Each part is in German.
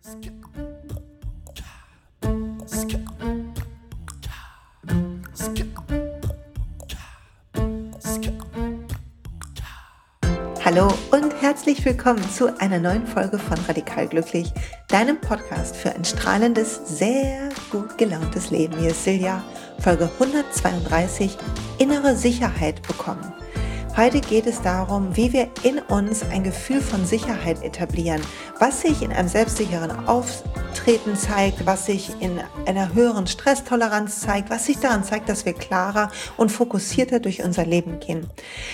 Hallo und herzlich willkommen zu einer neuen Folge von Radikal Glücklich, deinem Podcast für ein strahlendes, sehr gut gelauntes Leben. Hier ist Silja, Folge 132, innere Sicherheit bekommen. Heute geht es darum, wie wir in uns ein Gefühl von Sicherheit etablieren, was sich in einem selbstsicheren Auftreten zeigt, was sich in einer höheren Stresstoleranz zeigt, was sich daran zeigt, dass wir klarer und fokussierter durch unser Leben gehen.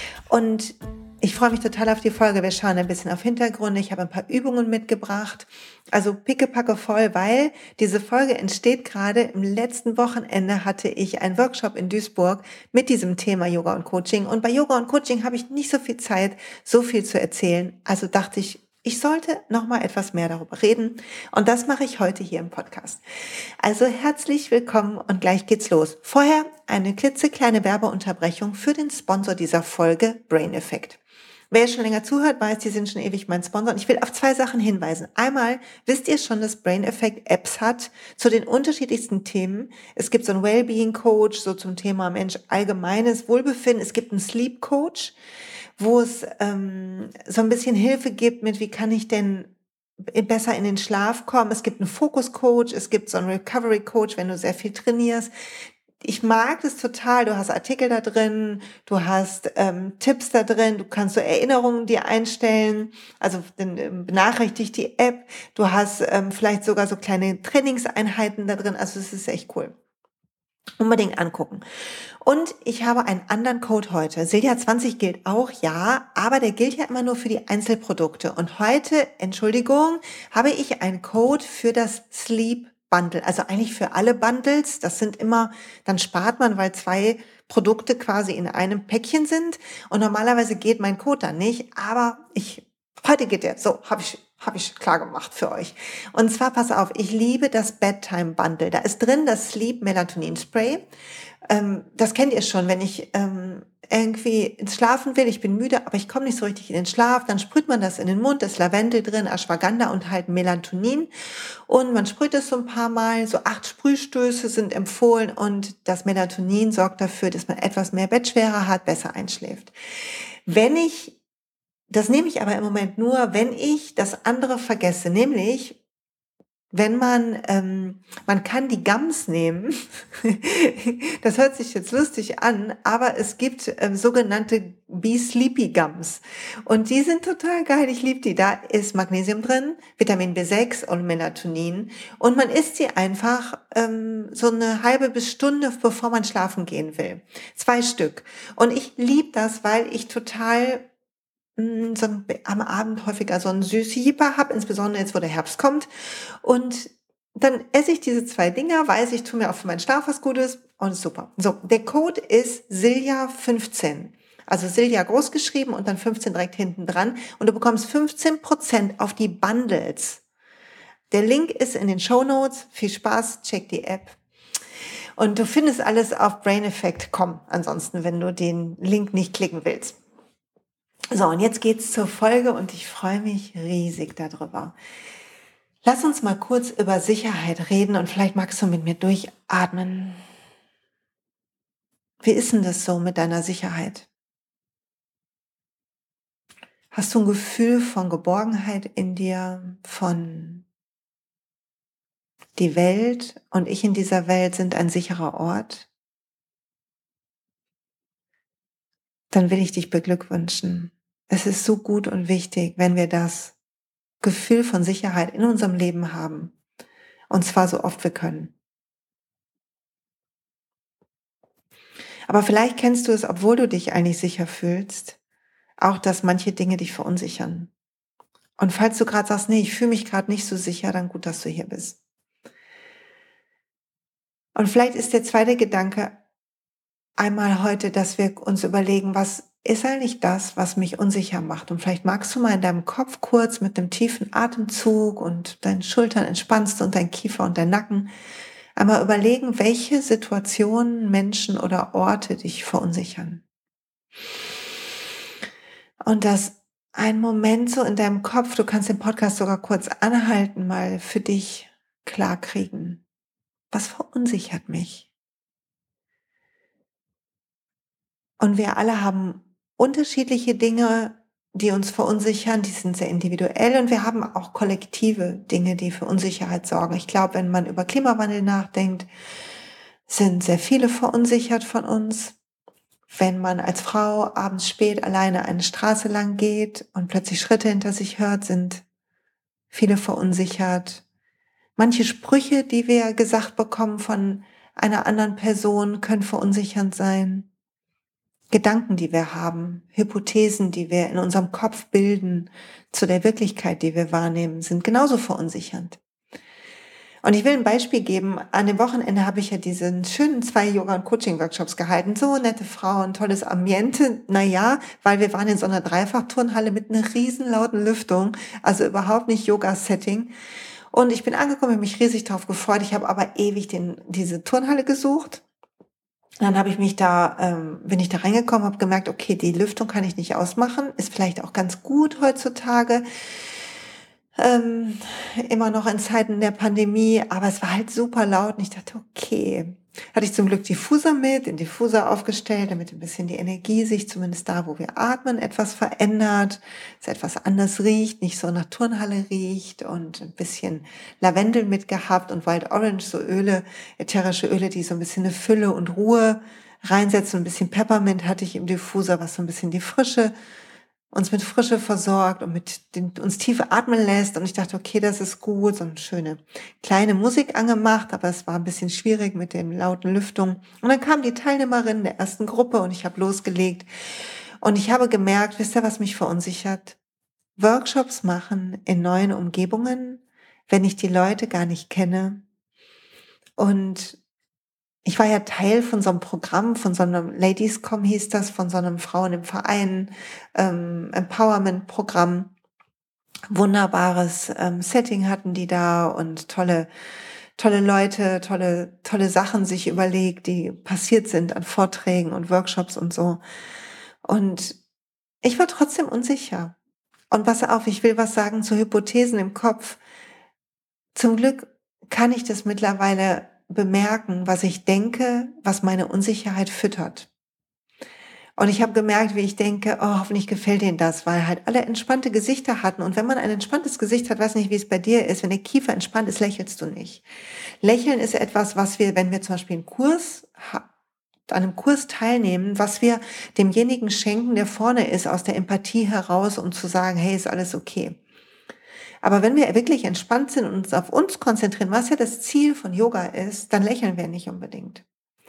Und ich freue mich total auf die Folge. Wir schauen ein bisschen auf Hintergründe. Ich habe ein paar Übungen mitgebracht. Also pickepacke voll, weil diese Folge entsteht gerade. Im letzten Wochenende hatte ich einen Workshop in Duisburg mit diesem Thema Yoga und Coaching. Und bei Yoga und Coaching habe ich nicht so viel Zeit, so viel zu erzählen. Also dachte ich, ich sollte noch mal etwas mehr darüber reden. Und das mache ich heute hier im Podcast. Also herzlich willkommen und gleich geht's los. Vorher eine klitzekleine Werbeunterbrechung für den Sponsor dieser Folge, Brain Effect. Wer schon länger zuhört, weiß, die sind schon ewig mein Sponsor. Und ich will auf zwei Sachen hinweisen. Einmal, wisst ihr schon, dass Brain Effect Apps hat zu den unterschiedlichsten Themen. Es gibt so einen Wellbeing Coach, so zum Thema Mensch, allgemeines Wohlbefinden. Es gibt einen Sleep Coach, wo es so ein bisschen Hilfe gibt mit, wie kann ich denn besser in den Schlaf kommen. Es gibt einen Focus Coach, es gibt so einen Recovery Coach, wenn du sehr viel trainierst. Ich mag das total. Du hast Artikel da drin, du hast Tipps da drin, du kannst so Erinnerungen dir einstellen, also benachrichtigt die App. Du hast vielleicht sogar so kleine Trainingseinheiten da drin. Also es ist echt cool. Unbedingt angucken. Und ich habe einen anderen Code heute. Silja 20 gilt auch, ja, aber der gilt ja immer nur für die Einzelprodukte. Und heute, Entschuldigung, habe ich einen Code für das Sleep Bundle, also eigentlich für alle Bundles. Das sind immer, dann spart man, weil zwei Produkte quasi in einem Päckchen sind. Und normalerweise geht mein Code dann nicht, aber heute geht der. So, habe ich klar gemacht für euch. Und zwar, pass auf, ich liebe das Bedtime Bundle. Da ist drin das Sleep Melatonin Spray. Das kennt ihr schon, wenn ich irgendwie ins Schlafen will, ich bin müde, aber ich komme nicht so richtig in den Schlaf, dann sprüht man das in den Mund, ist Lavendel drin, Ashwagandha und halt Melatonin und man sprüht es so ein paar Mal, so 8 Sprühstöße sind empfohlen und das Melatonin sorgt dafür, dass man etwas mehr Bettschwere hat, besser einschläft. Das nehme ich aber im Moment nur, wenn ich das andere vergesse, nämlich wenn man kann die Gums nehmen, das hört sich jetzt lustig an, aber es gibt sogenannte Be Sleepy Gums und die sind total geil, ich liebe die. Da ist Magnesium drin, Vitamin B6 und Melatonin und man isst sie einfach so eine halbe bis Stunde, bevor man schlafen gehen will. 2 Stück und ich liebe das, weil ich total am Abend häufiger so einen süßen Jipper habe, insbesondere jetzt, wo der Herbst kommt. Und dann esse ich diese 2 Dinger, weiß ich, tue mir auch für meinen Schlaf was Gutes und super. So, der Code ist Silja15. Also Silja groß geschrieben und dann 15 direkt hinten dran. Und du bekommst 15% auf die Bundles. Der Link ist in den Shownotes. Viel Spaß, check die App. Und du findest alles auf braineffect.com, ansonsten, wenn du den Link nicht klicken willst. So, und jetzt geht's zur Folge und ich freue mich riesig darüber. Lass uns mal kurz über Sicherheit reden und vielleicht magst du mit mir durchatmen. Wie ist denn das so mit deiner Sicherheit? Hast du ein Gefühl von Geborgenheit in dir, von die Welt und ich in dieser Welt sind ein sicherer Ort? Dann will ich dich beglückwünschen. Es ist so gut und wichtig, wenn wir das Gefühl von Sicherheit in unserem Leben haben. Und zwar so oft wir können. Aber vielleicht kennst du es, obwohl du dich eigentlich sicher fühlst, auch, dass manche Dinge dich verunsichern. Und falls du gerade sagst, nee, ich fühle mich gerade nicht so sicher, dann gut, dass du hier bist. Und vielleicht ist der zweite Gedanke einmal heute, dass wir uns überlegen, was ist eigentlich das, was mich unsicher macht? Und vielleicht magst du mal in deinem Kopf kurz mit einem tiefen Atemzug und deinen Schultern entspannst und dein Kiefer und dein Nacken einmal überlegen, welche Situationen, Menschen oder Orte dich verunsichern. Und das einen Moment so in deinem Kopf, du kannst den Podcast sogar kurz anhalten, mal für dich klarkriegen. Was verunsichert mich? Und wir alle haben unterschiedliche Dinge, die uns verunsichern, die sind sehr individuell und wir haben auch kollektive Dinge, die für Unsicherheit sorgen. Ich glaube, wenn man über Klimawandel nachdenkt, sind sehr viele verunsichert von uns. Wenn man als Frau abends spät alleine eine Straße lang geht und plötzlich Schritte hinter sich hört, sind viele verunsichert. Manche Sprüche, die wir gesagt bekommen von einer anderen Person, können verunsichernd sein. Gedanken, die wir haben, Hypothesen, die wir in unserem Kopf bilden zu der Wirklichkeit, die wir wahrnehmen, sind genauso verunsichernd. Und ich will ein Beispiel geben. An dem Wochenende habe ich ja diesen schönen 2 Yoga- und Coaching-Workshops gehalten. So nette Frauen, tolles Ambiente. Naja, weil wir waren in so einer Dreifachturnhalle mit einer riesen lauten Lüftung. Also überhaupt nicht Yoga-Setting. Und ich bin angekommen, habe mich riesig drauf gefreut. Ich habe aber ewig diese Turnhalle gesucht. Dann habe ich bin ich da reingekommen, habe gemerkt, okay, die Lüftung kann ich nicht ausmachen. Ist vielleicht auch ganz gut heutzutage. Immer noch in Zeiten der Pandemie, aber es war halt super laut und ich dachte, okay. Hatte ich zum Glück Diffuser mit, den Diffuser aufgestellt, damit ein bisschen die Energie sich zumindest da, wo wir atmen, etwas verändert, es etwas anders riecht, nicht so nach Turnhalle riecht und ein bisschen Lavendel mitgehabt und Wild Orange, so Öle, ätherische Öle, die so ein bisschen eine Fülle und Ruhe reinsetzen. Ein bisschen Peppermint hatte ich im Diffuser, was so ein bisschen die Frische uns mit Frische versorgt und uns tief atmen lässt. Und ich dachte, okay, das ist gut, so eine schöne kleine Musik angemacht, aber es war ein bisschen schwierig mit den lauten Lüftungen. Und dann kamen die Teilnehmerinnen der ersten Gruppe und ich habe losgelegt. Und ich habe gemerkt, wisst ihr, was mich verunsichert? Workshops machen in neuen Umgebungen, wenn ich die Leute gar nicht kenne. Und ich war ja Teil von so einem Programm, von so einem Ladies.com hieß das, von so einem Frauen im Verein, Empowerment-Programm. Wunderbares Setting hatten die da und tolle Leute, tolle Sachen sich überlegt, die passiert sind an Vorträgen und Workshops und so. Und ich war trotzdem unsicher. Und pass auf, ich will was sagen zu Hypothesen im Kopf. Zum Glück kann ich das mittlerweile bemerken, was ich denke, was meine Unsicherheit füttert. Und ich habe gemerkt, wie ich denke, oh, hoffentlich gefällt Ihnen das, weil halt alle entspannte Gesichter hatten. Und wenn man ein entspanntes Gesicht hat, weiß nicht, wie es bei dir ist, wenn der Kiefer entspannt ist, lächelst du nicht. Lächeln ist etwas, was wir, wenn wir zum Beispiel an einem Kurs teilnehmen, was wir demjenigen schenken, der vorne ist, aus der Empathie heraus, um zu sagen, hey, ist alles okay. Aber wenn wir wirklich entspannt sind und uns auf uns konzentrieren, was ja das Ziel von Yoga ist, dann lächeln wir nicht unbedingt.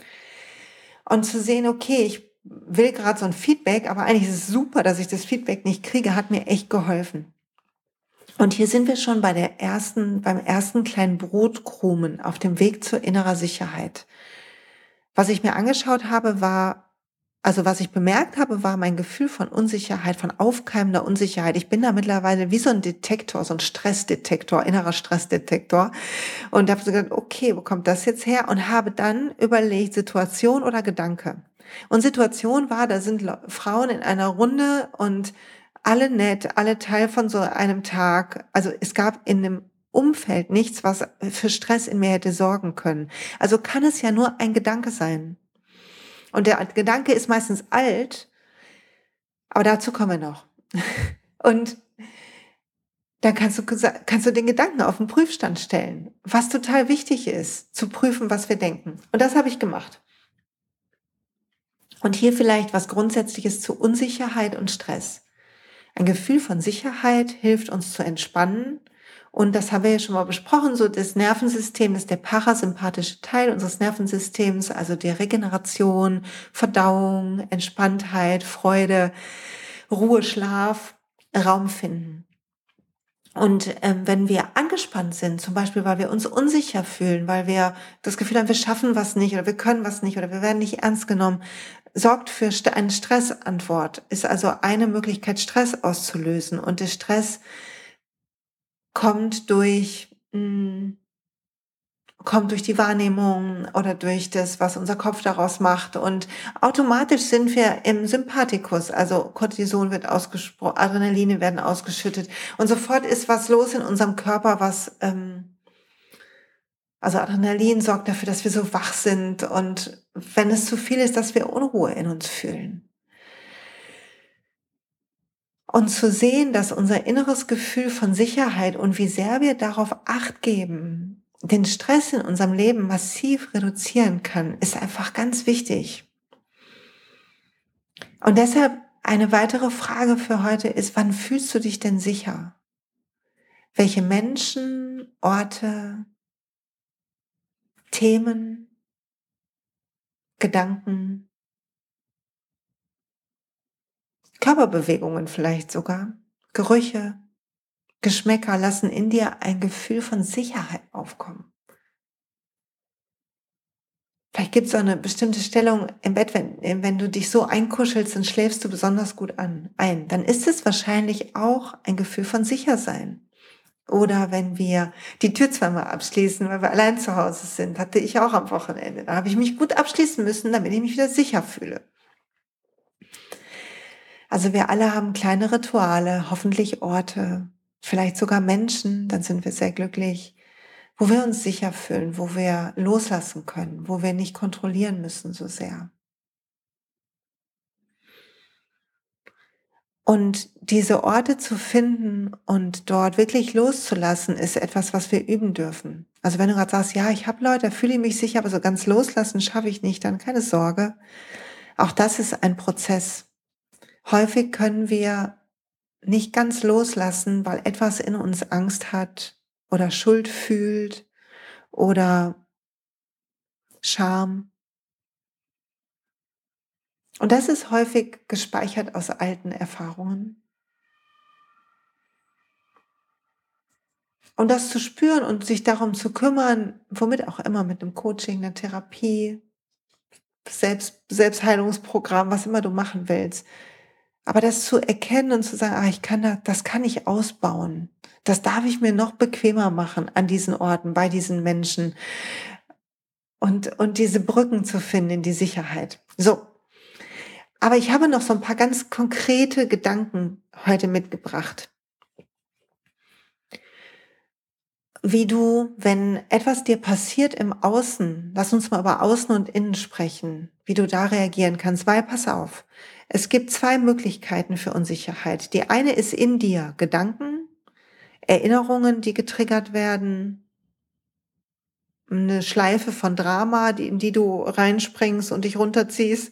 Und zu sehen, okay, ich will gerade so ein Feedback, aber eigentlich ist es super, dass ich das Feedback nicht kriege, hat mir echt geholfen. Und hier sind wir schon beim ersten kleinen Brotkrumen auf dem Weg zur innerer Sicherheit. Was ich mir angeschaut habe, was ich bemerkt habe, war mein Gefühl von Unsicherheit, von aufkeimender Unsicherheit. Ich bin da mittlerweile wie so ein Detektor, so ein Stressdetektor, innerer Stressdetektor. Und habe so gedacht, okay, wo kommt das jetzt her? Und habe dann überlegt, Situation oder Gedanke. Und Situation war, da sind Frauen in einer Runde und alle nett, alle Teil von so einem Tag. Also es gab in dem Umfeld nichts, was für Stress in mir hätte sorgen können. Also kann es ja nur ein Gedanke sein. Und der Gedanke ist meistens alt, aber dazu kommen wir noch. Und dann kannst du den Gedanken auf den Prüfstand stellen, was total wichtig ist, zu prüfen, was wir denken. Und das habe ich gemacht. Und hier vielleicht was Grundsätzliches zu Unsicherheit und Stress. Ein Gefühl von Sicherheit hilft uns zu entspannen. Und das haben wir ja schon mal besprochen, so das Nervensystem ist der parasympathische Teil unseres Nervensystems, also die Regeneration, Verdauung, Entspanntheit, Freude, Ruhe, Schlaf, Raum finden. Und wenn wir angespannt sind, zum Beispiel, weil wir uns unsicher fühlen, weil wir das Gefühl haben, wir schaffen was nicht oder wir können was nicht oder wir werden nicht ernst genommen, sorgt für eine Stressantwort, ist also eine Möglichkeit, Stress auszulösen. Und der Stress kommt durch kommt durch die Wahrnehmung oder durch das, was unser Kopf daraus macht. Und automatisch sind wir im Sympathikus, also Cortison wird ausgesprochen, Adrenaline werden ausgeschüttet und sofort ist was los in unserem Körper, also Adrenalin sorgt dafür, dass wir so wach sind und wenn es zu viel ist, dass wir Unruhe in uns fühlen. Und zu sehen, dass unser inneres Gefühl von Sicherheit und wie sehr wir darauf Acht geben, den Stress in unserem Leben massiv reduzieren kann, ist einfach ganz wichtig. Und deshalb eine weitere Frage für heute ist, wann fühlst du dich denn sicher? Welche Menschen, Orte, Themen, Gedanken, Körperbewegungen vielleicht sogar, Gerüche, Geschmäcker lassen in dir ein Gefühl von Sicherheit aufkommen? Vielleicht gibt es so eine bestimmte Stellung im Bett, wenn du dich so einkuschelst, dann schläfst du besonders gut ein. Dann ist es wahrscheinlich auch ein Gefühl von Sichersein. Oder wenn wir die Tür zweimal abschließen, weil wir allein zu Hause sind, hatte ich auch am Wochenende. Da habe ich mich gut abschließen müssen, damit ich mich wieder sicher fühle. Also wir alle haben kleine Rituale, hoffentlich Orte, vielleicht sogar Menschen, dann sind wir sehr glücklich, wo wir uns sicher fühlen, wo wir loslassen können, wo wir nicht kontrollieren müssen so sehr. Und diese Orte zu finden und dort wirklich loszulassen, ist etwas, was wir üben dürfen. Also wenn du gerade sagst, ja, ich habe Leute, da fühle ich mich sicher, aber so ganz loslassen schaffe ich nicht, dann keine Sorge. Auch das ist ein Prozess. Häufig können wir nicht ganz loslassen, weil etwas in uns Angst hat oder Schuld fühlt oder Scham. Und das ist häufig gespeichert aus alten Erfahrungen. Und das zu spüren und sich darum zu kümmern, womit auch immer, mit einem Coaching, einer Therapie, Selbstheilungsprogramm, was immer du machen willst. Aber das zu erkennen und zu sagen, das kann ich ausbauen. Das darf ich mir noch bequemer machen an diesen Orten, bei diesen Menschen. Und diese Brücken zu finden in die Sicherheit. So. Aber ich habe noch so ein paar ganz konkrete Gedanken heute mitgebracht. Wie du, wenn etwas dir passiert im Außen, lass uns mal über Außen und Innen sprechen, wie du da reagieren kannst, weil pass auf, es gibt zwei Möglichkeiten für Unsicherheit. Die eine ist in dir, Gedanken, Erinnerungen, die getriggert werden, eine Schleife von Drama, in die du reinspringst und dich runterziehst.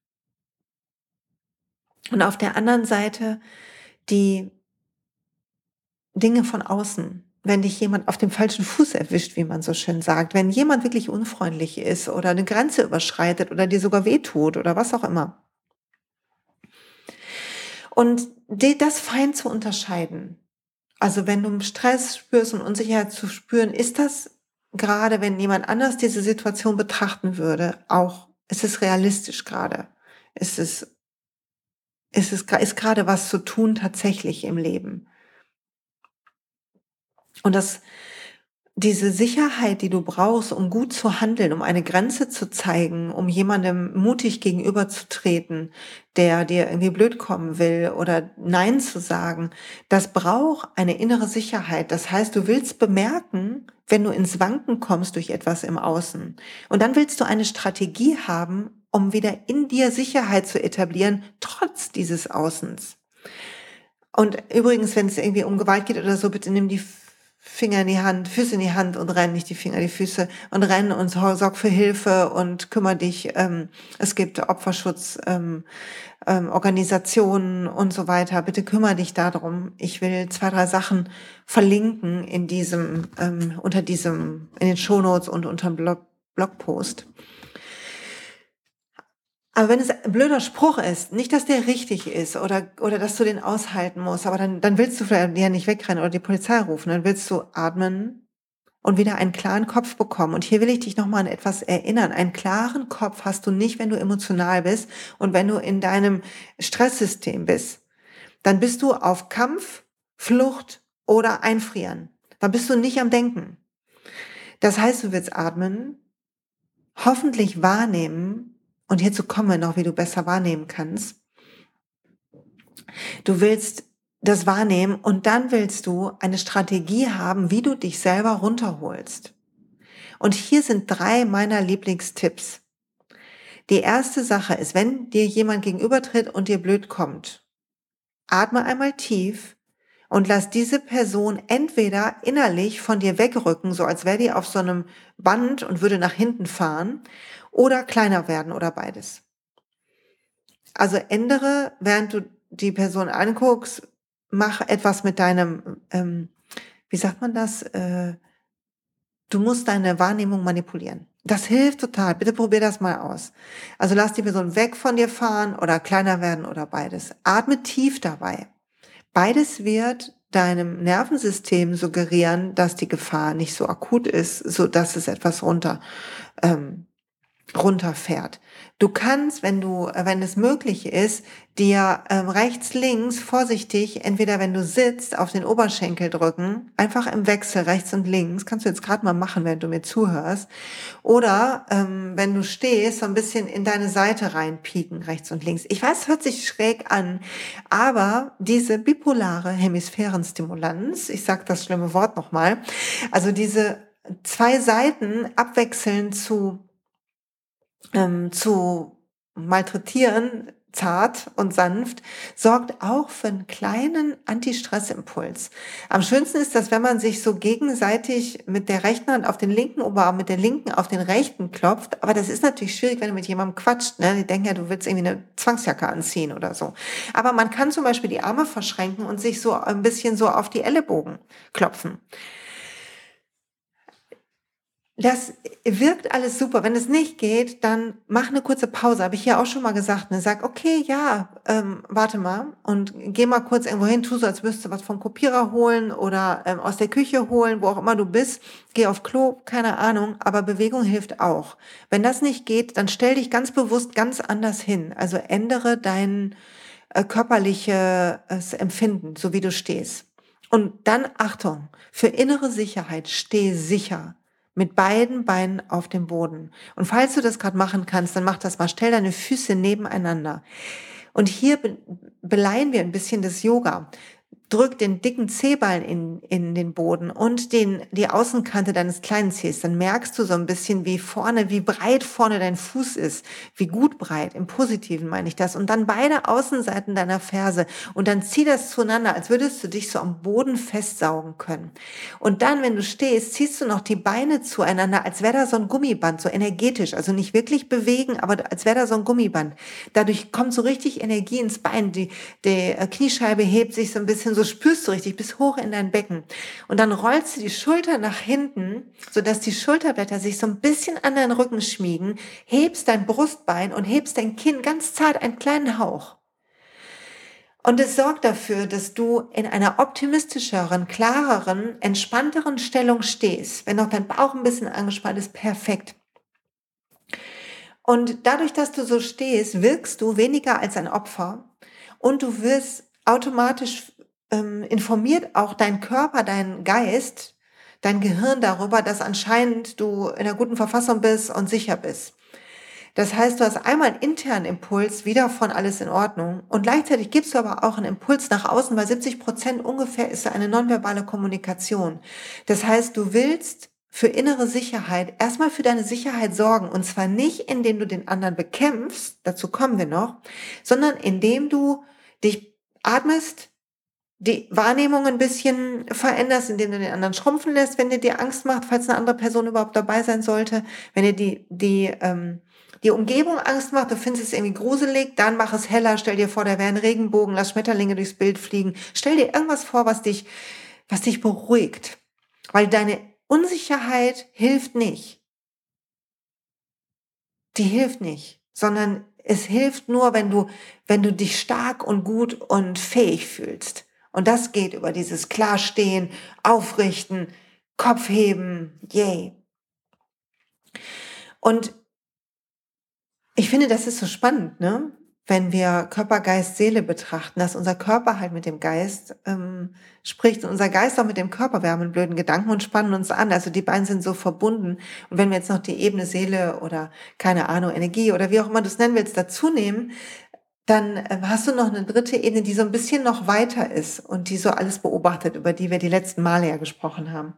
Und auf der anderen Seite die Dinge von außen. Wenn dich jemand auf dem falschen Fuß erwischt, wie man so schön sagt, wenn jemand wirklich unfreundlich ist oder eine Grenze überschreitet oder dir sogar wehtut oder was auch immer. Und das fein zu unterscheiden. Also wenn du Stress spürst und Unsicherheit zu spüren, ist das gerade, wenn jemand anders diese Situation betrachten würde, ist es realistisch gerade? Ist gerade was zu tun tatsächlich im Leben? Und diese Sicherheit, die du brauchst, um gut zu handeln, um eine Grenze zu zeigen, um jemandem mutig gegenüberzutreten, der dir irgendwie blöd kommen will oder Nein zu sagen, das braucht eine innere Sicherheit. Das heißt, du willst bemerken, wenn du ins Wanken kommst durch etwas im Außen. Und dann willst du eine Strategie haben, um wieder in dir Sicherheit zu etablieren, trotz dieses Außens. Und übrigens, wenn es irgendwie um Gewalt geht oder so, bitte nimm die Finger in die Hand, Füße in die Hand und renn, nicht die Finger, die Füße und renn und sorg für Hilfe und kümmere dich. Es gibt Opferschutz, Organisationen und so weiter. Bitte kümmere dich darum. Ich will 2, 3 Sachen verlinken in in den Shownotes und unter dem Blogpost. Aber wenn es ein blöder Spruch ist, nicht, dass der richtig ist oder dass du den aushalten musst, aber dann willst du vielleicht ja nicht wegrennen oder die Polizei rufen, dann willst du atmen und wieder einen klaren Kopf bekommen. Und hier will ich dich nochmal an etwas erinnern. Einen klaren Kopf hast du nicht, wenn du emotional bist und wenn du in deinem Stresssystem bist. Dann bist du auf Kampf, Flucht oder Einfrieren. Dann bist du nicht am Denken. Das heißt, du willst atmen, hoffentlich wahrnehmen, und hierzu kommen wir noch, wie du besser wahrnehmen kannst. Du willst das wahrnehmen und dann willst du eine Strategie haben, wie du dich selber runterholst. Und hier sind 3 meiner Lieblingstipps. Die erste Sache ist, wenn dir jemand gegenübertritt und dir blöd kommt, atme einmal tief und lass diese Person entweder innerlich von dir wegrücken, so als wäre die auf so einem Band und würde nach hinten fahren, oder kleiner werden oder beides. Also ändere, während du die Person anguckst, mach etwas mit deinem, wie sagt man das? Du musst deine Wahrnehmung manipulieren. Das hilft total. Bitte probier das mal aus. Also lass die Person weg von dir fahren oder kleiner werden oder beides. Atme tief dabei. Beides wird deinem Nervensystem suggerieren, dass die Gefahr nicht so akut ist, so dass es etwas runterfährt. Du kannst, wenn es möglich ist, dir rechts, links vorsichtig, entweder wenn du sitzt, auf den Oberschenkel drücken, einfach im Wechsel rechts und links, kannst du jetzt gerade mal machen, wenn du mir zuhörst, oder wenn du stehst, so ein bisschen in deine Seite reinpieken, rechts und links. Ich weiß, es hört sich schräg an, aber diese bipolare Hemisphärenstimulanz, ich sage das schlimme Wort nochmal, also diese 2 Seiten abwechselnd zu malträtieren, zart und sanft, sorgt auch für einen kleinen Anti-Stress-Impuls. Am schönsten ist das, wenn man sich so gegenseitig mit der rechten Hand auf den linken Oberarm, mit der linken auf den rechten klopft. Aber das ist natürlich schwierig, wenn du mit jemandem quatscht. Ne? Die denken ja, du willst irgendwie eine Zwangsjacke anziehen oder so. Aber man kann zum Beispiel die Arme verschränken und sich so ein bisschen so auf die Ellenbogen klopfen. Das wirkt alles super. Wenn es nicht geht, dann mach eine kurze Pause. Habe ich ja auch schon mal gesagt. Ne? Sag, okay, ja, warte mal und geh mal kurz irgendwo hin. Tu so, als müsstest du was vom Kopierer holen oder aus der Küche holen, wo auch immer du bist. Geh auf Klo, keine Ahnung. Aber Bewegung hilft auch. Wenn das nicht geht, dann stell dich ganz bewusst ganz anders hin. Also ändere dein körperliches Empfinden, so wie du stehst. Und dann Achtung, für innere Sicherheit, steh sicher. Mit beiden Beinen auf dem Boden. Und falls du das gerade machen kannst, dann mach das mal. Stell deine Füße nebeneinander. Und hier beleihen wir ein bisschen das Yoga. Drück den dicken Zehballen in den Boden und die Außenkante deines kleinen Zehs. Dann merkst du so ein bisschen, wie breit vorne dein Fuß ist. Wie gut breit. Im Positiven meine ich das. Und dann beide Außenseiten deiner Ferse. Und dann zieh das zueinander, als würdest du dich so am Boden festsaugen können. Und dann, wenn du stehst, ziehst du noch die Beine zueinander, als wäre da so ein Gummiband, so energetisch. Also nicht wirklich bewegen, aber als wäre da so ein Gummiband. Dadurch kommt so richtig Energie ins Bein. Die Kniescheibe hebt sich so ein bisschen, so spürst du richtig bis hoch in dein Becken. Und dann rollst du die Schulter nach hinten, sodass die Schulterblätter sich so ein bisschen an deinen Rücken schmiegen, hebst dein Brustbein und hebst dein Kinn ganz zart einen kleinen Hauch. Und es sorgt dafür, dass du in einer optimistischeren, klareren, entspannteren Stellung stehst. Wenn auch dein Bauch ein bisschen angespannt ist, perfekt. Und dadurch, dass du so stehst, wirkst du weniger als ein Opfer und du wirst automatisch informiert auch dein Körper, dein Geist, dein Gehirn darüber, dass anscheinend du in einer guten Verfassung bist und sicher bist. Das heißt, du hast einmal einen internen Impuls, wieder von alles in Ordnung. Und gleichzeitig gibst du aber auch einen Impuls nach außen, weil 70% ungefähr ist eine nonverbale Kommunikation. Das heißt, du willst für innere Sicherheit erstmal für deine Sicherheit sorgen. Und zwar nicht, indem du den anderen bekämpfst, dazu kommen wir noch, sondern indem du dich atmest, die Wahrnehmung ein bisschen veränderst, indem du den anderen schrumpfen lässt, wenn dir die Angst macht, falls eine andere Person überhaupt dabei sein sollte, wenn dir die Umgebung Angst macht, du findest es irgendwie gruselig, dann mach es heller, stell dir vor, da wäre ein Regenbogen, lass Schmetterlinge durchs Bild fliegen, stell dir irgendwas vor, was dich beruhigt, weil deine Unsicherheit hilft nicht. Die hilft nicht, sondern es hilft nur, wenn du dich stark und gut und fähig fühlst. Und das geht über dieses Klarstehen, Aufrichten, Kopf heben, yay. Und ich finde, das ist so spannend, ne? wenn wir Körper, Geist, Seele betrachten, dass unser Körper halt mit dem Geist spricht und unser Geist auch mit dem Körper. Wir haben einen blöden Gedanken und spannen uns an. Also die beiden sind so verbunden. Und wenn wir jetzt noch die Ebene Seele oder keine Ahnung, Energie oder wie auch immer du es nennen willst, dazu nehmen, dann hast du noch eine dritte Ebene, die so ein bisschen noch weiter ist und die so alles beobachtet, über die wir die letzten Male ja gesprochen haben.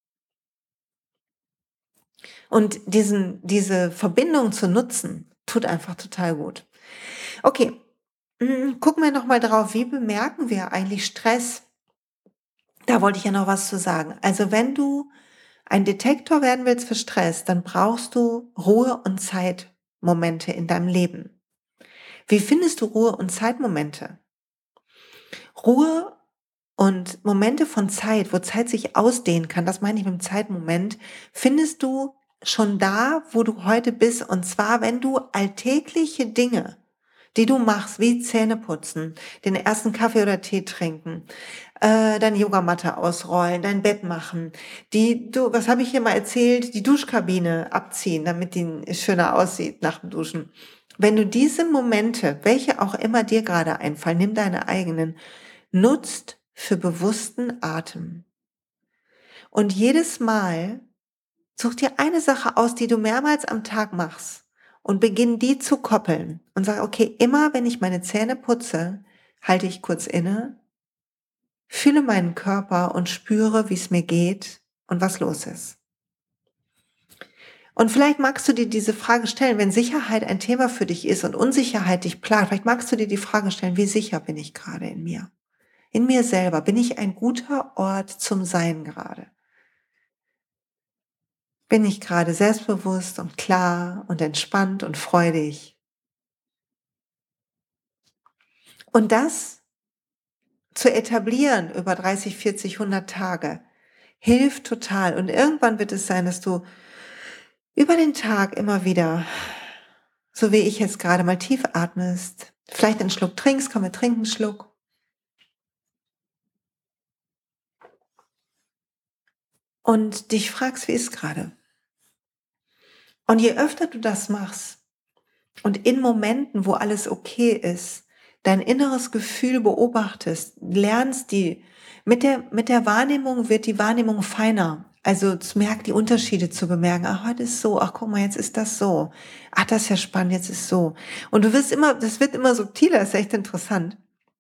Und diese Verbindung zu nutzen, tut einfach total gut. Okay, gucken wir nochmal drauf, wie bemerken wir eigentlich Stress? Da wollte ich ja noch was zu sagen. Also wenn du ein Detektor werden willst für Stress, dann brauchst du Ruhe- und Zeitmomente in deinem Leben. Wie findest du Ruhe- und Zeitmomente? Ruhe und Momente von Zeit, wo Zeit sich ausdehnen kann, das meine ich mit dem Zeitmoment, findest du schon da, wo du heute bist. Und zwar, wenn du alltägliche Dinge, die du machst, wie Zähne putzen, den ersten Kaffee oder Tee trinken, deine Yogamatte ausrollen, dein Bett machen, was habe ich hier mal erzählt, die Duschkabine abziehen, damit die schöner aussieht nach dem Duschen. Wenn du diese Momente, welche auch immer dir gerade einfallen, nimm deine eigenen, nutzt für bewussten Atem. Und jedes Mal such dir eine Sache aus, die du mehrmals am Tag machst und beginn die zu koppeln und sag, okay, immer wenn ich meine Zähne putze, halte ich kurz inne, fühle meinen Körper und spüre, wie es mir geht und was los ist. Und vielleicht magst du dir diese Frage stellen, wenn Sicherheit ein Thema für dich ist und Unsicherheit dich plagt, vielleicht magst du dir die Frage stellen, wie sicher bin ich gerade in mir? In mir selber bin ich ein guter Ort zum Sein gerade? Bin ich gerade selbstbewusst und klar und entspannt und freudig? Und das zu etablieren über 30, 40, 100 Tage hilft total. Und irgendwann wird es sein, dass du über den Tag immer wieder, so wie ich jetzt gerade, mal tief atmest, vielleicht einen Schluck trinkst, komm, wir trinken einen Schluck. Und dich fragst, wie ist gerade? Und je öfter du das machst und in Momenten, wo alles okay ist, dein inneres Gefühl beobachtest, lernst mit der Wahrnehmung wird die Wahrnehmung feiner. Also zu merken, die Unterschiede zu bemerken. Ach, heute ist so. Ach, guck mal, jetzt ist das so. Ach, das ist ja spannend, jetzt ist so. Und das wird immer subtiler, ist echt interessant.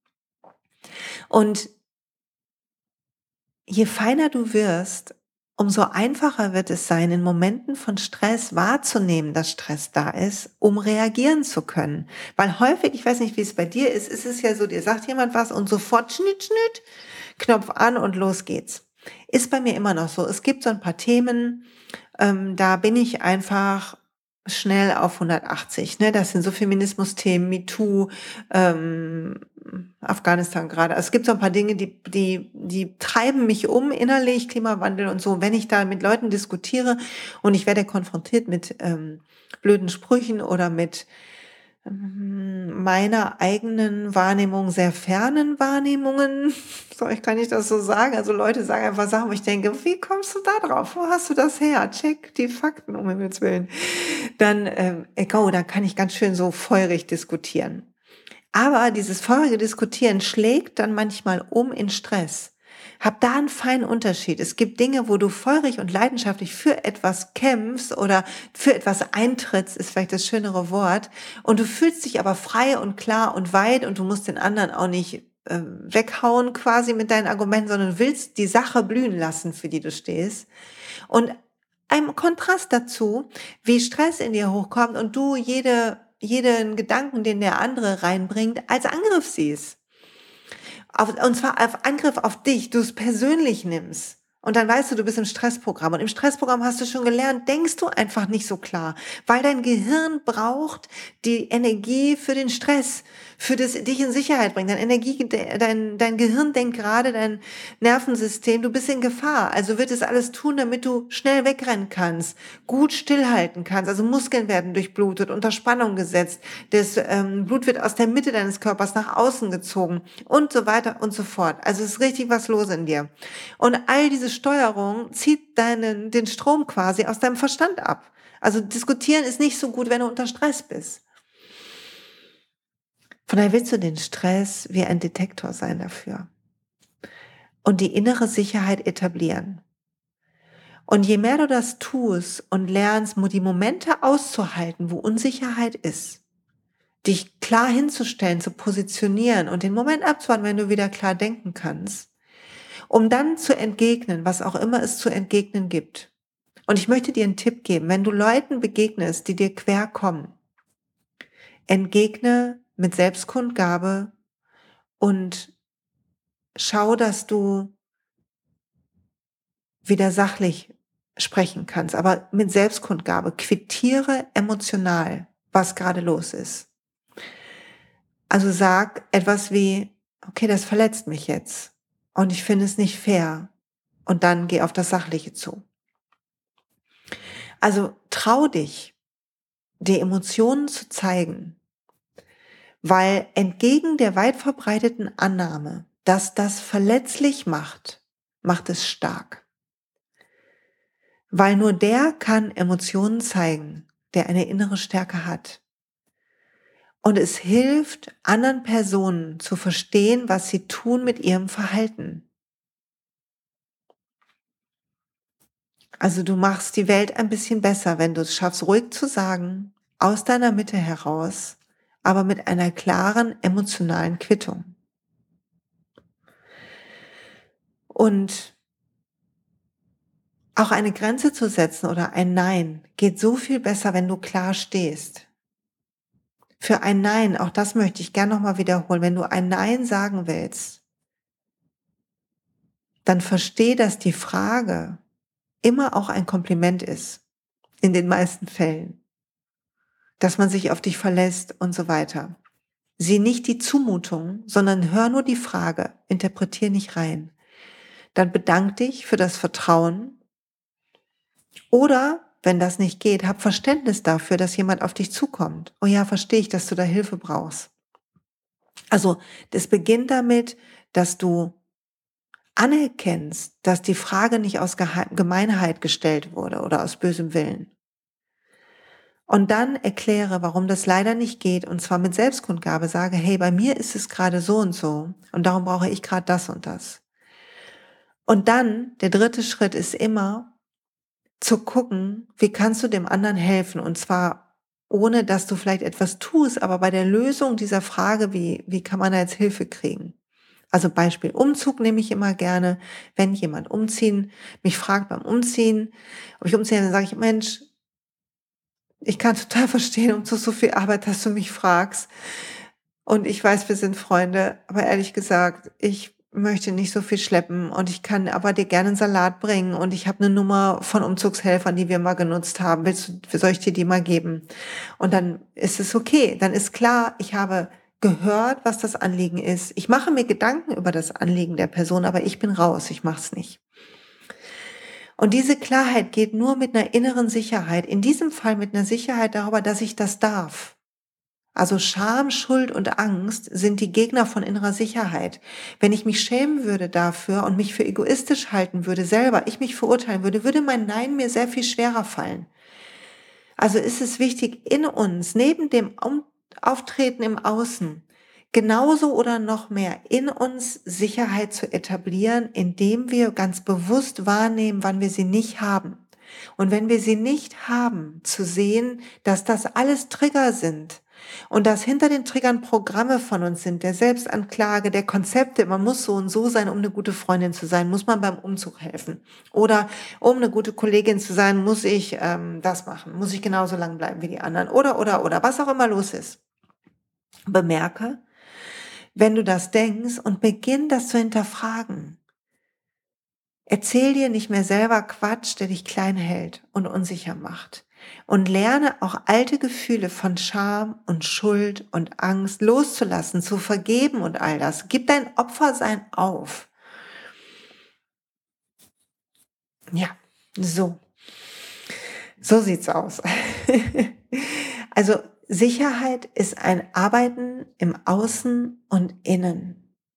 Und je feiner du wirst, umso einfacher wird es sein, in Momenten von Stress wahrzunehmen, dass Stress da ist, um reagieren zu können. Weil häufig, ich weiß nicht, wie es bei dir ist es ja so, dir sagt jemand was und sofort schnitt, schnitt, Knopf an und los geht's. Ist bei mir immer noch so. Es gibt so ein paar Themen, da bin ich einfach schnell auf 180. Ne? Das sind so Feminismus-Themen, MeToo, Afghanistan gerade. Also es gibt so ein paar Dinge, die treiben mich um innerlich, Klimawandel und so. Wenn ich da mit Leuten diskutiere und ich werde konfrontiert mit blöden Sprüchen oder mit meiner eigenen Wahrnehmung sehr fernen Wahrnehmungen, ich kann nicht das so sagen. Also Leute sagen einfach Sachen, wo ich denke, wie kommst du da drauf? Wo hast du das her? Check die Fakten, um Himmels Willen. Dann, da kann ich ganz schön so feurig diskutieren. Aber dieses feurige Diskutieren schlägt dann manchmal um in Stress. Hab da einen feinen Unterschied. Es gibt Dinge, wo du feurig und leidenschaftlich für etwas kämpfst oder für etwas eintrittst, ist vielleicht das schönere Wort. Und du fühlst dich aber frei und klar und weit und du musst den anderen auch nicht weghauen quasi mit deinen Argumenten, sondern willst die Sache blühen lassen, für die du stehst. Und ein Kontrast dazu, wie Stress in dir hochkommt und du jeden Gedanken, den der andere reinbringt, als Angriff siehst. Und zwar auf Angriff auf dich, du es persönlich nimmst. Und dann weißt du, du bist im Stressprogramm. Und im Stressprogramm hast du schon gelernt, denkst du einfach nicht so klar, weil dein Gehirn braucht die Energie für den Stress, für das dich in Sicherheit bringen. Dein Gehirn denkt gerade, dein Nervensystem, du bist in Gefahr. Also wird es alles tun, damit du schnell wegrennen kannst, gut stillhalten kannst. Also Muskeln werden durchblutet, unter Spannung gesetzt. Das Blut wird aus der Mitte deines Körpers nach außen gezogen und so weiter und so fort. Also es ist richtig was los in dir. Und all diese Steuerung zieht den Strom quasi aus deinem Verstand ab. Also diskutieren ist nicht so gut, wenn du unter Stress bist. Von daher willst du den Stress wie ein Detektor sein dafür und die innere Sicherheit etablieren. Und je mehr du das tust und lernst, die Momente auszuhalten, wo Unsicherheit ist, dich klar hinzustellen, zu positionieren und den Moment abzuwarten, wenn du wieder klar denken kannst, um dann zu entgegnen, was auch immer es zu entgegnen gibt. Und ich möchte dir einen Tipp geben, wenn du Leuten begegnest, die dir quer kommen, entgegne mit Selbstkundgabe und schau, dass du wieder sachlich sprechen kannst, aber mit Selbstkundgabe. Quittiere emotional, was gerade los ist. Also sag etwas wie, okay, das verletzt mich jetzt und ich finde es nicht fair. Und dann geh auf das Sachliche zu. Also trau dich, die Emotionen zu zeigen, weil entgegen der weit verbreiteten Annahme, dass das verletzlich macht, macht es stark. Weil nur der kann Emotionen zeigen, der eine innere Stärke hat. Und es hilft anderen Personen zu verstehen, was sie tun mit ihrem Verhalten. Also du machst die Welt ein bisschen besser, wenn du es schaffst, ruhig zu sagen, aus deiner Mitte heraus, aber mit einer klaren emotionalen Quittung. Und auch eine Grenze zu setzen oder ein Nein geht so viel besser, wenn du klar stehst. Für ein Nein, auch das möchte ich gerne nochmal wiederholen, wenn du ein Nein sagen willst, dann versteh, dass die Frage immer auch ein Kompliment ist, in den meisten Fällen, dass man sich auf dich verlässt und so weiter. Sieh nicht die Zumutung, sondern hör nur die Frage, interpretier nicht rein. Dann bedank dich für das Vertrauen oder, wenn das nicht geht, hab Verständnis dafür, dass jemand auf dich zukommt. Oh ja, verstehe ich, dass du da Hilfe brauchst. Also, das beginnt damit, dass du anerkennst, dass die Frage nicht aus Gemeinheit gestellt wurde oder aus bösem Willen. Und dann erkläre, warum das leider nicht geht, und zwar mit Selbstkundgabe. Sage, hey, bei mir ist es gerade so und darum brauche ich gerade das und das. Und dann, der dritte Schritt ist immer, zu gucken, wie kannst du dem anderen helfen, und zwar ohne, dass du vielleicht etwas tust, aber bei der Lösung dieser Frage, wie kann man da jetzt Hilfe kriegen? Also Beispiel Umzug nehme ich immer gerne, wenn jemand mich fragt beim Umziehen, ob ich umziehe, dann sage ich, Mensch, ich kann total verstehen, Umzug so viel Arbeit, dass du mich fragst. Und ich weiß, wir sind Freunde, aber ehrlich gesagt, ich möchte nicht so viel schleppen und ich kann aber dir gerne einen Salat bringen und ich habe eine Nummer von Umzugshelfern, die wir mal genutzt haben. Soll ich dir die mal geben? Und dann ist es okay. Dann ist klar, ich habe gehört, was das Anliegen ist. Ich mache mir Gedanken über das Anliegen der Person, aber ich bin raus, ich mache es nicht. Und diese Klarheit geht nur mit einer inneren Sicherheit, in diesem Fall mit einer Sicherheit darüber, dass ich das darf. Also Scham, Schuld und Angst sind die Gegner von innerer Sicherheit. Wenn ich mich schämen würde dafür und mich für egoistisch halten würde selber, ich mich verurteilen würde, würde mein Nein mir sehr viel schwerer fallen. Also ist es wichtig, in uns, neben dem Auftreten im Außen, genauso oder noch mehr in uns Sicherheit zu etablieren, indem wir ganz bewusst wahrnehmen, wann wir sie nicht haben. Und wenn wir sie nicht haben, zu sehen, dass das alles Trigger sind und dass hinter den Triggern Programme von uns sind, der Selbstanklage, der Konzepte, man muss so und so sein, um eine gute Freundin zu sein, muss man beim Umzug helfen. Oder um eine gute Kollegin zu sein, muss ich das machen, muss ich genauso lang bleiben wie die anderen. Oder, was auch immer los ist. Bemerke, wenn du das denkst und beginn das zu hinterfragen. Erzähl dir nicht mehr selber Quatsch, der dich klein hält und unsicher macht. Und lerne auch alte Gefühle von Scham und Schuld und Angst loszulassen, zu vergeben und all das. Gib dein Opfersein auf. Ja, so. So sieht's aus. Also Sicherheit ist ein Arbeiten im Außen und Innen.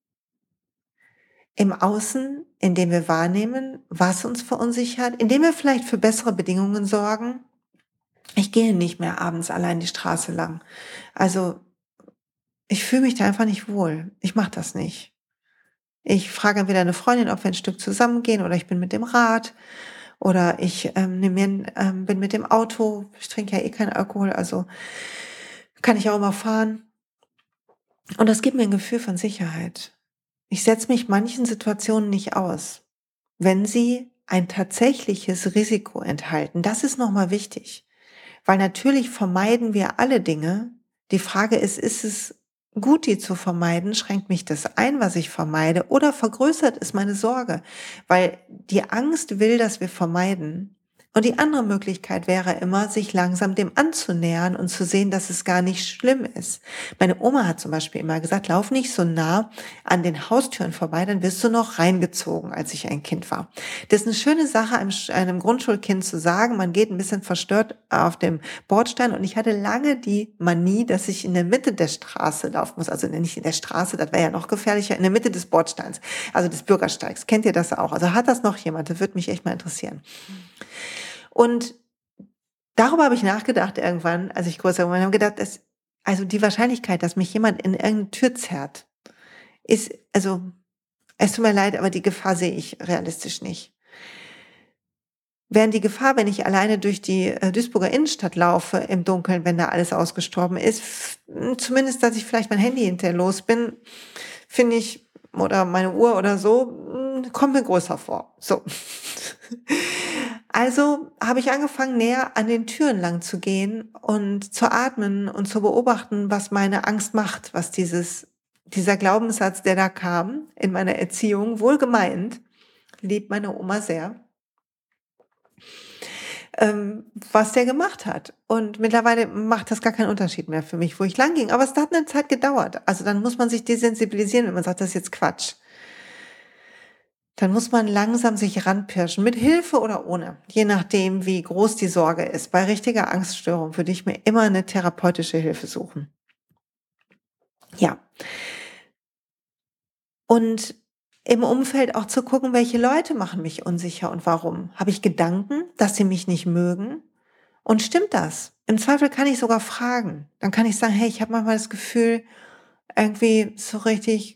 Im Außen, indem wir wahrnehmen, was uns verunsichert, indem wir vielleicht für bessere Bedingungen sorgen. Ich gehe nicht mehr abends allein die Straße lang. Also ich fühle mich da einfach nicht wohl. Ich mache das nicht. Ich frage entweder eine Freundin, ob wir ein Stück zusammengehen, oder ich bin mit dem Rad, oder ich bin mit dem Auto. Ich trinke ja eh keinen Alkohol, also kann ich auch immer fahren. Und das gibt mir ein Gefühl von Sicherheit. Ich setze mich manchen Situationen nicht aus, wenn sie ein tatsächliches Risiko enthalten. Das ist nochmal wichtig, weil natürlich vermeiden wir alle Dinge. Die Frage ist es gut, die zu vermeiden? Schränkt mich das ein, was ich vermeide, oder vergrößert es meine Sorge? Weil die Angst will, dass wir vermeiden. Und die andere Möglichkeit wäre immer, sich langsam dem anzunähern und zu sehen, dass es gar nicht schlimm ist. Meine Oma hat zum Beispiel immer gesagt, lauf nicht so nah an den Haustüren vorbei, dann wirst du noch reingezogen, als ich ein Kind war. Das ist eine schöne Sache, einem Grundschulkind zu sagen, man geht ein bisschen verstört auf dem Bordstein, und ich hatte lange die Manie, dass ich in der Mitte der Straße laufen muss, also nicht in der Straße, das wäre ja noch gefährlicher, in der Mitte des Bordsteins, also des Bürgersteigs. Kennt ihr das auch? Also hat das noch jemand? Das würde mich echt mal interessieren. Und darüber habe ich nachgedacht irgendwann, als ich größer war, und habe gedacht, also die Wahrscheinlichkeit, dass mich jemand in irgendeine Tür zerrt, ist, also es tut mir leid, aber die Gefahr sehe ich realistisch nicht. Während die Gefahr, wenn ich alleine durch die Duisburger Innenstadt laufe im Dunkeln, wenn da alles ausgestorben ist, zumindest, dass ich vielleicht mein Handy hinterher los bin, finde ich, oder meine Uhr oder so, kommt mir größer vor. So. Also habe ich angefangen, näher an den Türen lang zu gehen und zu atmen und zu beobachten, was meine Angst macht, was dieser Glaubenssatz, der da kam in meiner Erziehung, wohlgemeint, liebt meine Oma sehr, was der gemacht hat. Und mittlerweile macht das gar keinen Unterschied mehr für mich, wo ich lang ging. Aber es hat eine Zeit gedauert. Also dann muss man sich desensibilisieren, wenn man sagt, das ist jetzt Quatsch. Dann muss man langsam sich ranpirschen, mit Hilfe oder ohne, je nachdem, wie groß die Sorge ist. Bei richtiger Angststörung würde ich mir immer eine therapeutische Hilfe suchen. Ja. Und im Umfeld auch zu gucken, welche Leute machen mich unsicher und warum. Habe ich Gedanken, dass sie mich nicht mögen? Und stimmt das? Im Zweifel kann ich sogar fragen. Dann kann ich sagen, hey, ich habe manchmal das Gefühl, irgendwie so richtig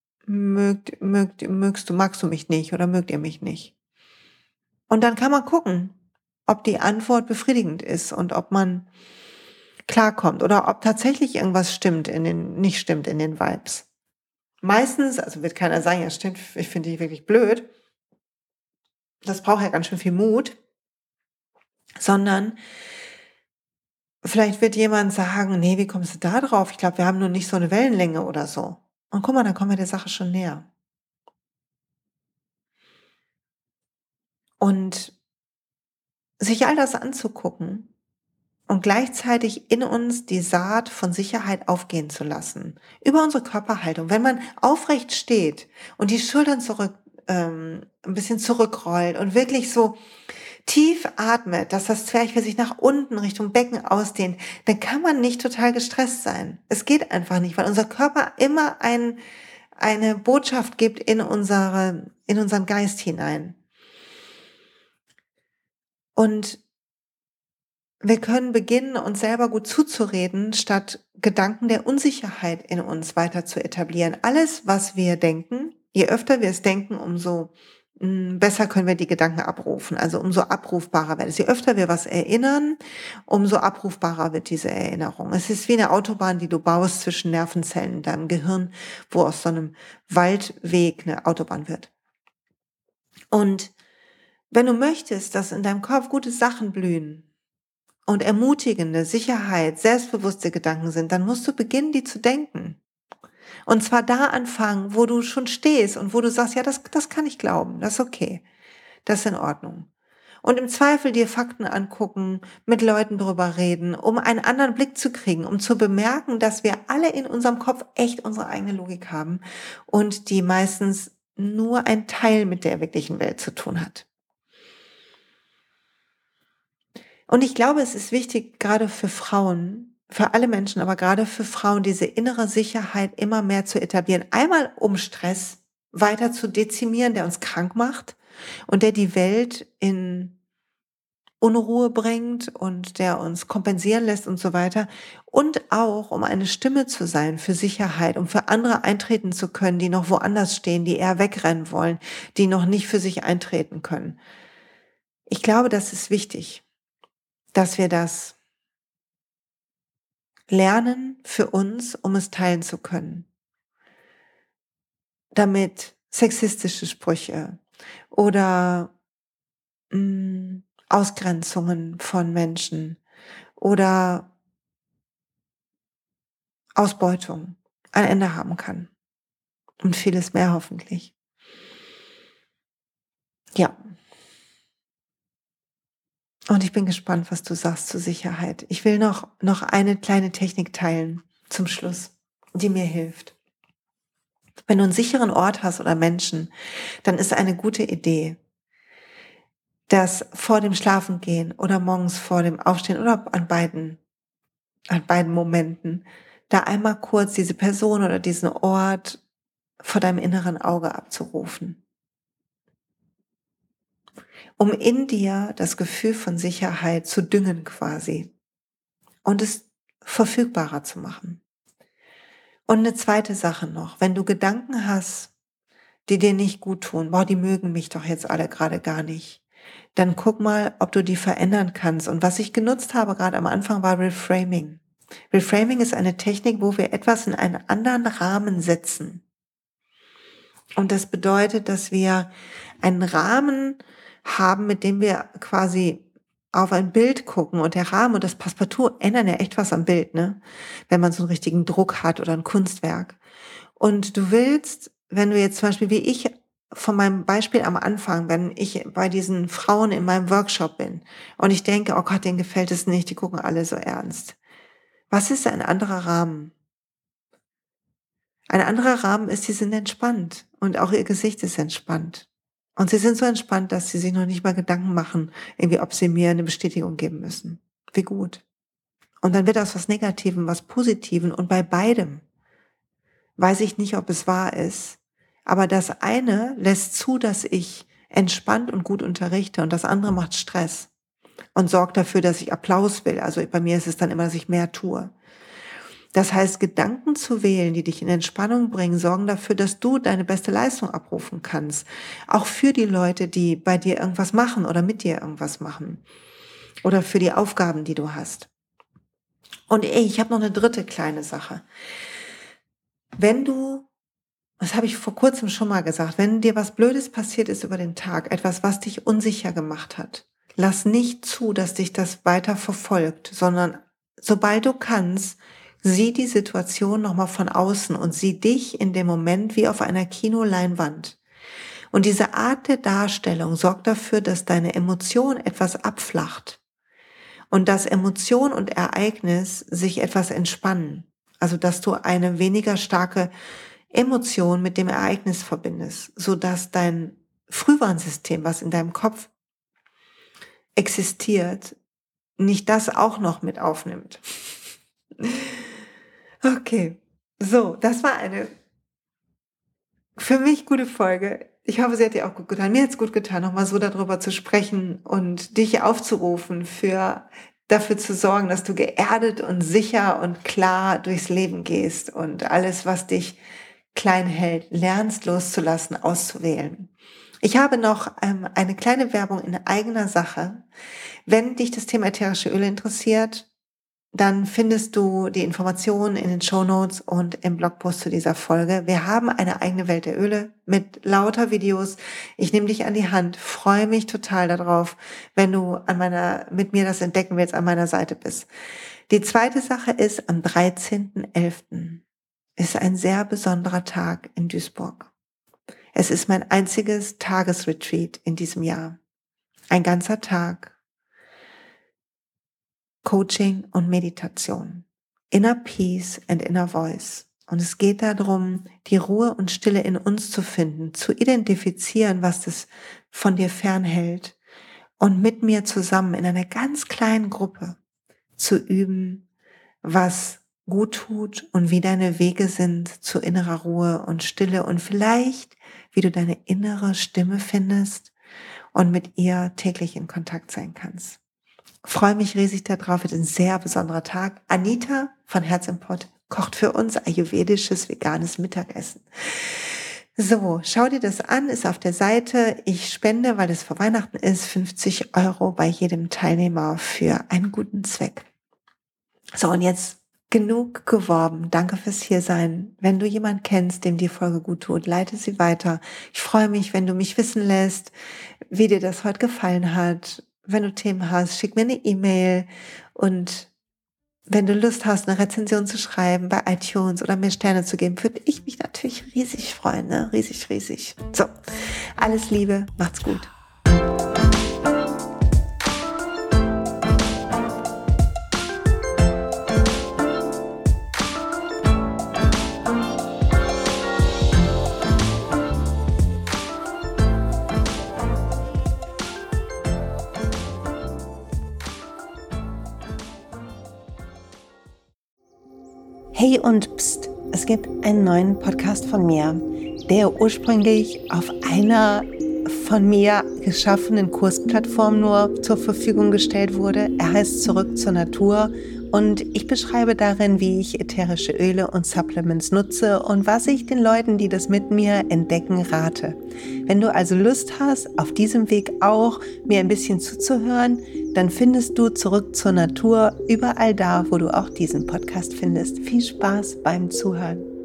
magst du mich nicht oder mögt ihr mich nicht? Und dann kann man gucken, ob die Antwort befriedigend ist und ob man klarkommt oder ob tatsächlich irgendwas nicht stimmt in den Vibes. Meistens, also wird keiner sagen, ja stimmt, ich finde die wirklich blöd. Das braucht ja ganz schön viel Mut. Sondern vielleicht wird jemand sagen, nee, wie kommst du da drauf? Ich glaube, wir haben nur nicht so eine Wellenlänge oder so. Und guck mal, dann kommen wir der Sache schon näher. Und sich all das anzugucken und gleichzeitig in uns die Saat von Sicherheit aufgehen zu lassen. Über unsere Körperhaltung. Wenn man aufrecht steht und die Schultern ein bisschen zurückrollt und wirklich so tief atmet, dass das Zwerchfell sich nach unten Richtung Becken ausdehnt, dann kann man nicht total gestresst sein. Es geht einfach nicht, weil unser Körper immer eine Botschaft gibt in unseren Geist hinein. Und wir können beginnen, uns selber gut zuzureden, statt Gedanken der Unsicherheit in uns weiter zu etablieren. Alles, was wir denken, je öfter wir es denken, umso besser können wir die Gedanken abrufen. Also umso abrufbarer wird es. Je öfter wir was erinnern, umso abrufbarer wird diese Erinnerung. Es ist wie eine Autobahn, die du baust zwischen Nervenzellen in deinem Gehirn, wo aus so einem Waldweg eine Autobahn wird. Und wenn du möchtest, dass in deinem Kopf gute Sachen blühen, und ermutigende, Sicherheit, selbstbewusste Gedanken sind, dann musst du beginnen, die zu denken. Und zwar da anfangen, wo du schon stehst und wo du sagst, ja, das kann ich glauben, das ist okay, das ist in Ordnung. Und im Zweifel dir Fakten angucken, mit Leuten drüber reden, um einen anderen Blick zu kriegen, um zu bemerken, dass wir alle in unserem Kopf echt unsere eigene Logik haben und die meistens nur ein Teil mit der wirklichen Welt zu tun hat. Und ich glaube, es ist wichtig, gerade für Frauen, für alle Menschen, aber gerade für Frauen, diese innere Sicherheit immer mehr zu etablieren. Einmal, um Stress weiter zu dezimieren, der uns krank macht und der die Welt in Unruhe bringt und der uns kompensieren lässt und so weiter. Und auch, um eine Stimme zu sein für Sicherheit, um für andere eintreten zu können, die noch woanders stehen, die eher wegrennen wollen, die noch nicht für sich eintreten können. Ich glaube, das ist wichtig, dass wir das lernen für uns, um es teilen zu können. Damit sexistische Sprüche oder Ausgrenzungen von Menschen oder Ausbeutung ein Ende haben kann. Und vieles mehr hoffentlich. Ja. Und ich bin gespannt, was du sagst zur Sicherheit. Ich will noch eine kleine Technik teilen zum Schluss, die mir hilft. Wenn du einen sicheren Ort hast oder Menschen, dann ist eine gute Idee, dass vor dem Schlafengehen oder morgens vor dem Aufstehen oder an beiden Momenten, da einmal kurz diese Person oder diesen Ort vor deinem inneren Auge abzurufen, um in dir das Gefühl von Sicherheit zu düngen quasi und es verfügbarer zu machen. Und eine zweite Sache noch, wenn du Gedanken hast, die dir nicht gut tun, boah, die mögen mich doch jetzt alle gerade gar nicht, dann guck mal, ob du die verändern kannst. Und was ich genutzt habe gerade am Anfang war Reframing. Reframing ist eine Technik, wo wir etwas in einen anderen Rahmen setzen. Und das bedeutet, dass wir einen Rahmen haben, mit dem wir quasi auf ein Bild gucken, und der Rahmen und das Passepartout ändern ja echt was am Bild, ne? Wenn man so einen richtigen Druck hat oder ein Kunstwerk. Und du willst, wenn du jetzt zum Beispiel wie ich von meinem Beispiel am Anfang, wenn ich bei diesen Frauen in meinem Workshop bin und ich denke, oh Gott, denen gefällt es nicht, die gucken alle so ernst. Was ist ein anderer Rahmen? Ein anderer Rahmen ist, sie sind entspannt und auch ihr Gesicht ist entspannt. Und sie sind so entspannt, dass sie sich noch nicht mal Gedanken machen, irgendwie, ob sie mir eine Bestätigung geben müssen. Wie gut. Und dann wird aus was Negativem was Positiven, und bei beidem weiß ich nicht, ob es wahr ist. Aber das eine lässt zu, dass ich entspannt und gut unterrichte, und das andere macht Stress und sorgt dafür, dass ich Applaus will. Also bei mir ist es dann immer, dass ich mehr tue. Das heißt, Gedanken zu wählen, die dich in Entspannung bringen, sorgen dafür, dass du deine beste Leistung abrufen kannst. Auch für die Leute, die bei dir irgendwas machen oder mit dir irgendwas machen. Oder für die Aufgaben, die du hast. Und ich habe noch eine dritte kleine Sache. Wenn du, das habe ich vor kurzem schon mal gesagt, wenn dir was Blödes passiert ist über den Tag, etwas, was dich unsicher gemacht hat, lass nicht zu, dass dich das weiter verfolgt, sondern sobald du kannst, sieh die Situation nochmal von außen und sieh dich in dem Moment wie auf einer Kinoleinwand. Und diese Art der Darstellung sorgt dafür, dass deine Emotion etwas abflacht und dass Emotion und Ereignis sich etwas entspannen. Also dass du eine weniger starke Emotion mit dem Ereignis verbindest, sodass dein Frühwarnsystem, was in deinem Kopf existiert, nicht das auch noch mit aufnimmt. Okay, so, das war eine für mich gute Folge. Ich hoffe, sie hat dir auch gut getan. Mir hat es gut getan, nochmal so darüber zu sprechen und dich aufzurufen, dafür zu sorgen, dass du geerdet und sicher und klar durchs Leben gehst und alles, was dich klein hält, lernst loszulassen, auszuwählen. Ich habe noch eine kleine Werbung in eigener Sache. Wenn dich das Thema ätherische Öle interessiert, dann findest du die Informationen in den Shownotes und im Blogpost zu dieser Folge. Wir haben eine eigene Welt der Öle mit lauter Videos. Ich nehme dich an die Hand, freue mich total darauf, wenn du mit mir das entdecken willst, an meiner Seite bist. Die zweite Sache ist, am 13.11. ist ein sehr besonderer Tag in Duisburg. Es ist mein einziges Tagesretreat in diesem Jahr. Ein ganzer Tag Coaching und Meditation. Inner Peace and Inner Voice. Und es geht darum, die Ruhe und Stille in uns zu finden, zu identifizieren, was das von dir fernhält, und mit mir zusammen in einer ganz kleinen Gruppe zu üben, was gut tut und wie deine Wege sind zu innerer Ruhe und Stille und vielleicht, wie du deine innere Stimme findest und mit ihr täglich in Kontakt sein kannst. Freue mich riesig darauf, wird ein sehr besonderer Tag. Anita von Herz im Pott kocht für uns ayurvedisches, veganes Mittagessen. So, schau dir das an, ist auf der Seite. Ich spende, weil es vor Weihnachten ist, 50 € bei jedem Teilnehmer für einen guten Zweck. So, und jetzt genug geworben. Danke fürs Hiersein. Wenn du jemanden kennst, dem die Folge gut tut, leite sie weiter. Ich freue mich, wenn du mich wissen lässt, wie dir das heute gefallen hat. Wenn du Themen hast, schick mir eine E-Mail, und wenn du Lust hast, eine Rezension zu schreiben bei iTunes oder mir Sterne zu geben, würde ich mich natürlich riesig freuen, ne? Riesig, riesig. So, alles Liebe, macht's gut. Hey und pst, es gibt einen neuen Podcast von mir, der ursprünglich auf einer von mir geschaffenen Kursplattform nur zur Verfügung gestellt wurde. Er heißt Zurück zur Natur und ich beschreibe darin, wie ich ätherische Öle und Supplements nutze und was ich den Leuten, die das mit mir entdecken, rate. Wenn du also Lust hast, auf diesem Weg auch mir ein bisschen zuzuhören, dann findest du Zurück zur Natur überall da, wo du auch diesen Podcast findest. Viel Spaß beim Zuhören.